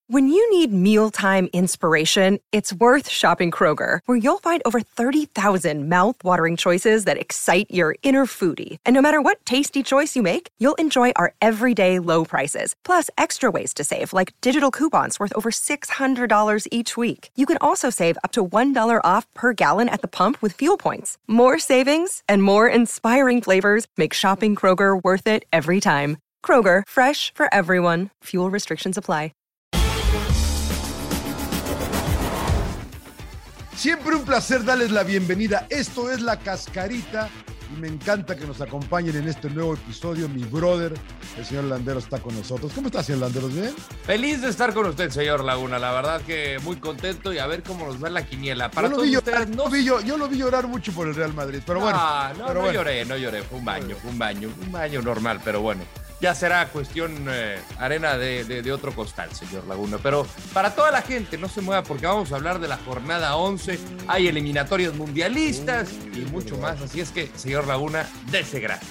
When you need mealtime inspiration, it's worth shopping Kroger, where you'll find over 30,000 mouth-watering choices that excite your inner foodie. And no matter what tasty choice you make, you'll enjoy our everyday low prices, plus extra ways to save, like digital coupons worth over $600 each week. You can also save up to $1 off per gallon at the pump with fuel points. More savings and more inspiring flavors make shopping Kroger worth it every time. Kroger, fresh for everyone. Fuel restrictions apply. Siempre un placer darles la bienvenida. Esto es La Cascarita y me encanta que nos acompañen en este nuevo episodio. Mi brother, el señor Landeros, está con nosotros. ¿Cómo está, señor Landeros? ¿Bien? Feliz de estar con usted, señor Laguna. La verdad que muy contento y a ver cómo nos va la quiniela. Para todos ustedes, yo lo vi llorar mucho por el Real Madrid, pero bueno. No lloré. Fue un baño normal, pero bueno. Ya será cuestión arena de otro costal, señor Laguna. Pero para toda la gente, no se mueva porque vamos a hablar de la jornada 11. Hay eliminatorias mundialistas y mucho más. Así es que, señor Laguna, dese gracias.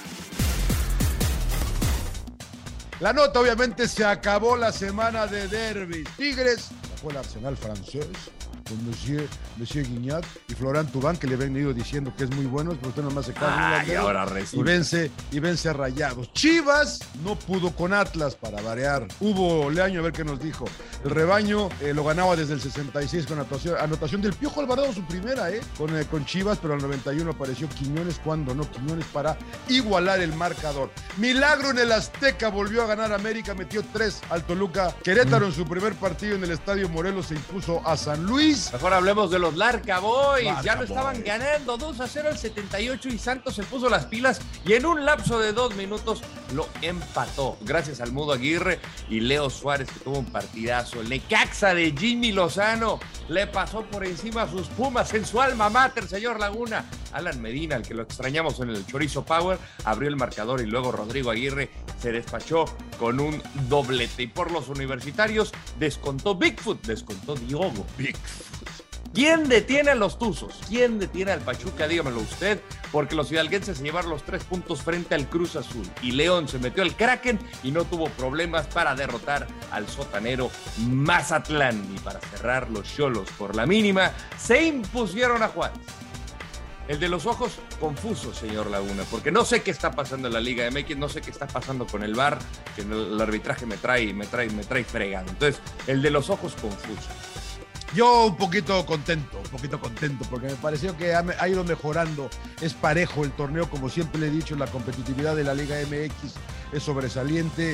La nota, obviamente, se acabó la semana de derbis. Tigres, fue el Arsenal francés, con Monsieur Guignat y Florent Thauvin, que le habían ido diciendo que es muy bueno, pero usted nomás se cae y ahora resulta. Y vence a Rayados. Chivas no pudo con Atlas, para variar. Hubo Leaño, a ver qué nos dijo. El rebaño lo ganaba desde el 66 con anotación del Piojo Alvarado, su primera, con Chivas, pero al 91 apareció Quiñones, cuando no Quiñones, para igualar el marcador. Milagro en el Azteca, volvió a ganar América, metió 3 al Toluca. Querétaro en su primer partido en el Estadio Morelos se impuso a San Luis. Mejor hablemos de los Larca Boys. Ya lo estaban ganando 2-0 al 78 y Santos se puso las pilas y en un lapso de 2 minutos lo empató. Gracias al Mudo Aguirre y Leo Suárez, que tuvo un partidazo. El Necaxa de Jimmy Lozano le pasó por encima a sus Pumas en su alma mater, señor Laguna. Alan Medina, al que lo extrañamos en el Chorizo Power, abrió el marcador y luego Rodrigo Aguirre se despachó con un doblete. Y por los universitarios descontó Diogo Bigfoot. ¿Quién detiene a los Tuzos? ¿Quién detiene al Pachuca? Dígamelo usted, porque los hidalguenses se llevaron los 3 puntos frente al Cruz Azul. Y León se metió al Kraken y no tuvo problemas para derrotar al sotanero Mazatlán. Y para cerrar, los Xolos, por la mínima, se impusieron a Juárez. El de los ojos confusos, señor Laguna, porque no sé qué está pasando en la Liga MX, no sé qué está pasando con el VAR, que el arbitraje me trae fregado. Entonces, el de los ojos confusos. Yo un poquito contento, porque me pareció que ha ido mejorando. Es parejo el torneo, como siempre le he dicho, la competitividad de la Liga MX es sobresaliente.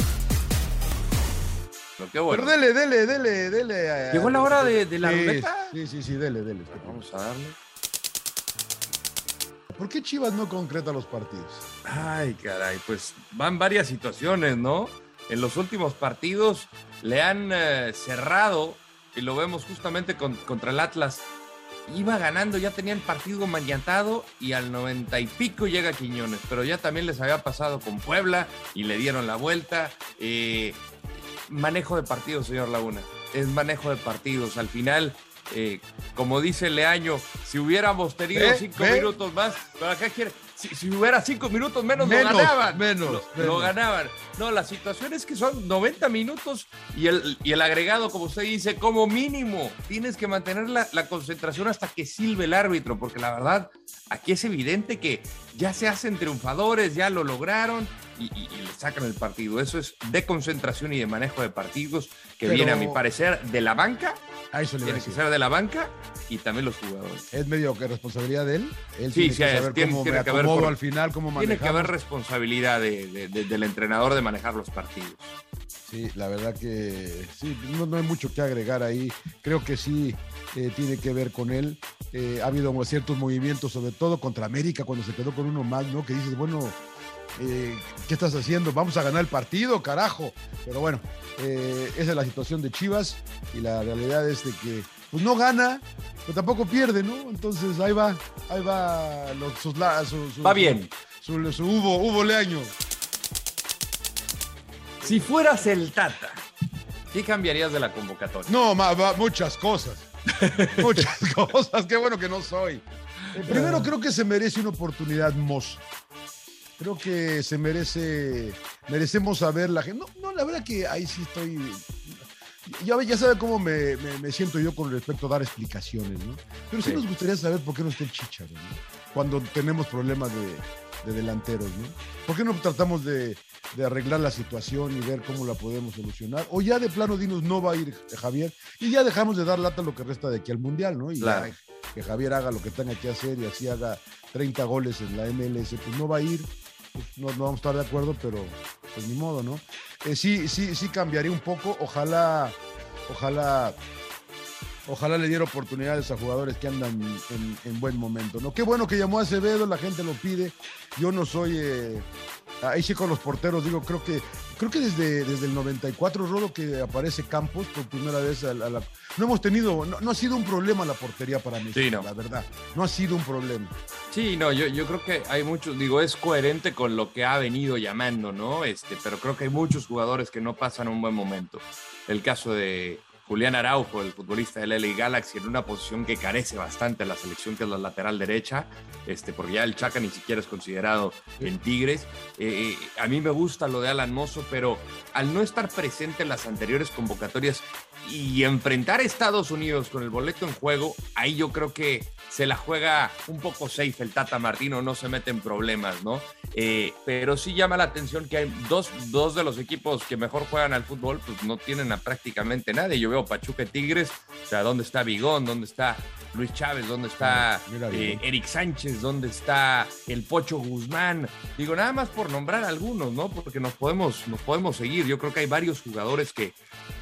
Qué bueno. Pero dele. ¿Llegó la hora de la ruleta? Sí, dele. Vamos a darle. ¿Por qué Chivas no concreta los partidos? Ay, caray, pues van varias situaciones, ¿no? En los últimos partidos le han cerrado, y lo vemos justamente contra el Atlas. Iba ganando, ya tenía el partido maniatado y al 90 y pico llega Quiñones, pero ya también les había pasado con Puebla y le dieron la vuelta. Manejo de partidos, señor Laguna, es manejo de partidos. Al final, como dice Leaño, si hubiéramos tenido 5 minutos más, ¿para qué quiere? Si hubiera 5 minutos menos, lo ganaban. Lo ganaban. No, la situación es que son 90 minutos y el agregado, como usted dice, como mínimo. Tienes que mantener la concentración hasta que silbe el árbitro, porque la verdad, aquí es evidente que ya se hacen triunfadores, ya lo lograron y le sacan el partido. Eso es de concentración y de manejo de partidos que viene, a mi parecer, de la banca. Tiene que ser de la banca y también los jugadores. ¿Es medio que responsabilidad de él? Él sí, tiene que saber cómo me acomodo al final, cómo manejamos. Tiene que haber responsabilidad del entrenador de manejar los partidos. Sí, la verdad que sí, no hay mucho que agregar ahí. Creo que sí tiene que ver con él. Ha habido ciertos movimientos, sobre todo contra América, cuando se quedó con uno más, ¿no? Que dices, bueno, ¿qué estás haciendo? Vamos a ganar el partido, carajo. Pero bueno, esa es la situación de Chivas y la realidad es de que pues no gana, pero tampoco pierde, ¿no? Entonces ahí va va bien. Su Hugo Leaño. Si fueras el Tata, ¿qué cambiarías de la convocatoria? No, muchas cosas. Muchas cosas. Qué bueno que no soy. Primero, creo que se merece una oportunidad Mozo. Creo que merecemos saber la gente. No, la verdad que ahí sí estoy. ya sabe cómo me siento yo con respecto a dar explicaciones, ¿no? Pero sí nos gustaría saber por qué no está el Chícharo, ¿no? Cuando tenemos problemas de delanteros, ¿no? ¿Por qué no tratamos de arreglar la situación y ver cómo la podemos solucionar? O ya de plano dinos, no va a ir Javier, y ya dejamos de dar lata lo que resta de aquí al Mundial, ¿no? Y claro. Ya, que Javier haga lo que tenga que hacer y así haga 30 goles en la MLS, pues no va a ir, pues no vamos a estar de acuerdo, pero pues ni modo, ¿no? Sí cambiaría un poco, ojalá le diera oportunidades a jugadores que andan en buen momento, ¿no? Qué bueno que llamó a Acevedo, la gente lo pide. Yo no soy... ahí sí con los porteros, digo, creo que desde el 94, Rodo, que aparece Campos por primera vez no hemos tenido... No ha sido un problema la portería para México, sí, no. La verdad. No ha sido un problema. Sí, no, yo creo que hay muchos, digo, es coherente con lo que ha venido llamando, ¿no? Pero creo que hay muchos jugadores que no pasan un buen momento. El caso de Julián Araujo, el futbolista del LA Galaxy, en una posición que carece bastante la selección, que es la lateral derecha, porque ya el Chaca ni siquiera es considerado en Tigres. A mí me gusta lo de Alan Mozo, pero al no estar presente en las anteriores convocatorias y enfrentar a Estados Unidos con el boleto en juego, ahí yo creo que se la juega un poco safe el Tata Martino, no se mete en problemas, ¿no? Pero sí llama la atención que hay dos de los equipos que mejor juegan al fútbol, pues no tienen a prácticamente nadie. Yo veo Pachuca y Tigres, o sea, ¿dónde está Bigón? ¿Dónde está Luis Chávez? ¿Dónde está Eric Sánchez? ¿Dónde está el Pocho Guzmán? Digo, nada más por nombrar algunos, ¿no? Porque nos podemos seguir. Yo creo que hay varios jugadores que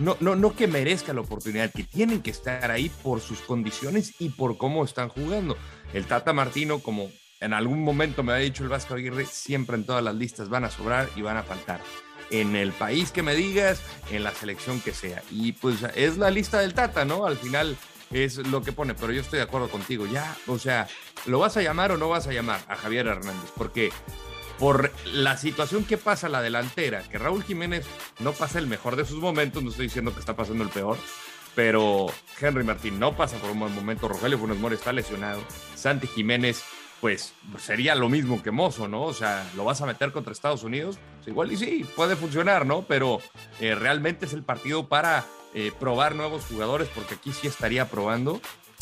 no que merezcan la oportunidad, que tienen que estar ahí por sus condiciones y por cómo están jugando. El Tata Martino, como en algún momento me había dicho el Vasco Aguirre, siempre en todas las listas van a sobrar y van a faltar. En el país que me digas, en la selección que sea. Y pues es la lista del Tata, ¿no? Al final es lo que pone, pero yo estoy de acuerdo contigo. Ya, o sea, ¿lo vas a llamar o no vas a llamar a Javier Hernández? Porque por la situación que pasa a la delantera, que Raúl Jiménez no pasa el mejor de sus momentos, no estoy diciendo que está pasando el peor, pero Henry Martín no pasa por un buen momento, Rogelio Funes Mori está lesionado, Santi Jiménez, pues sería lo mismo que Mozo, ¿no? O sea, ¿lo vas a meter contra Estados Unidos? Pues igual y sí, puede funcionar, ¿no? Pero realmente es el partido para probar nuevos jugadores, porque aquí sí estaría probando.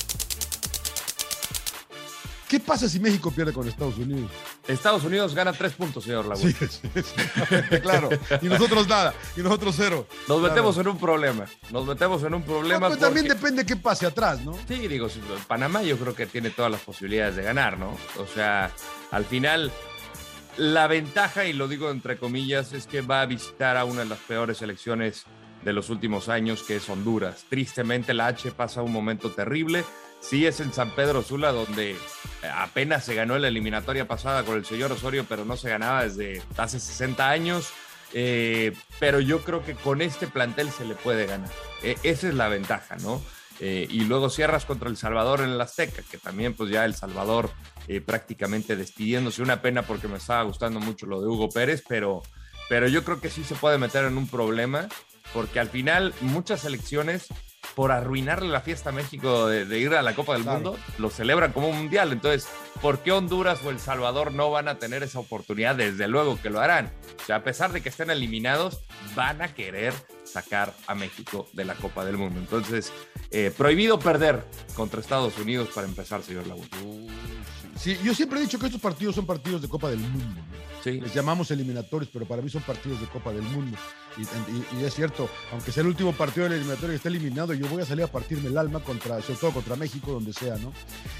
¿Qué pasa si México pierde con Estados Unidos? Estados Unidos gana 3 puntos, señor Laguna. Sí, claro. Y nosotros nada, y nosotros 0. Nos metemos en un problema. Pues también depende qué pase atrás, ¿no? Sí, digo, Panamá yo creo que tiene todas las posibilidades de ganar, ¿no? O sea, al final, la ventaja, y lo digo entre comillas, es que va a visitar a una de las peores selecciones de los últimos años, que es Honduras. Tristemente, la H pasa un momento terrible. Sí, es en San Pedro Sula, donde apenas se ganó la eliminatoria pasada con el señor Osorio, pero no se ganaba desde hace 60 años. Pero yo creo que con este plantel se le puede ganar. Esa es la ventaja, ¿no? Y luego cierras contra El Salvador en el Azteca, que también pues ya El Salvador prácticamente despidiéndose. Una pena porque me estaba gustando mucho lo de Hugo Pérez, pero yo creo que sí se puede meter en un problema, porque al final muchas selecciones, por arruinarle la fiesta a México de ir a la Copa del Mundo, lo celebran como un mundial. Entonces, ¿por qué Honduras o El Salvador no van a tener esa oportunidad? Desde luego que lo harán. O sea, a pesar de que estén eliminados, van a querer sacar a México de la Copa del Mundo. Entonces, prohibido perder contra Estados Unidos para empezar, señor Laguna. Sí, yo siempre he dicho que estos partidos son partidos de Copa del Mundo, ¿no? Sí. Les llamamos eliminatorios, pero para mí son partidos de Copa del Mundo. Y es cierto, aunque sea el último partido del eliminatorio que esté eliminado, yo voy a salir a partirme el alma, sobre todo contra México, donde sea, ¿no?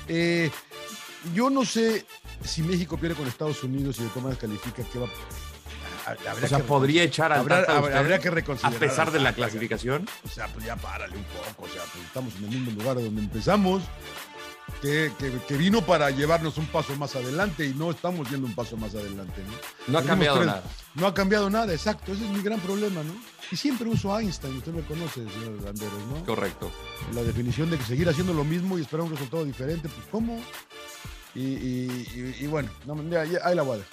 Yo no sé si México pierde con Estados Unidos y de todas maneras califica, ¿qué va a... O sea, podría echar al Tata habría que reconsiderar. A pesar de la clasificación. O sea, pues ya párale un poco. O sea, pues estamos en el mismo lugar donde empezamos. Que vino para llevarnos un paso más adelante y no estamos yendo un paso más adelante, ¿no? No ha cambiado nada. No ha cambiado nada, exacto. Ese es mi gran problema, ¿no? Y siempre uso a Einstein, usted me conoce, señor Landeros, ¿no? Correcto. La definición de que seguir haciendo lo mismo y esperar un resultado diferente, pues ¿cómo? Y bueno, ahí la voy a dejar.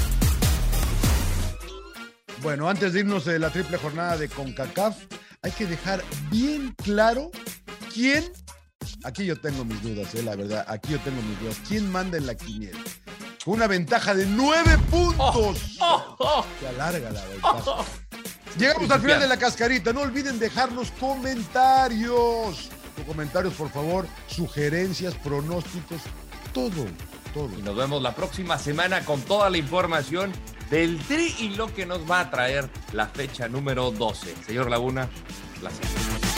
Bueno, antes de irnos de la triple jornada de CONCACAF, hay que dejar bien claro quién... Aquí yo tengo mis dudas, la verdad. Aquí yo tengo mis dudas. ¿Quién manda en la quiniela? Con una ventaja de 9 puntos. Se alarga la ventaja. Llegamos al final de la cascarita. No olviden dejarnos comentarios. Comentarios, por favor, sugerencias, pronósticos, todo. Y nos vemos la próxima semana con toda la información del Tri y lo que nos va a traer la fecha número 12. Señor Laguna, gracias.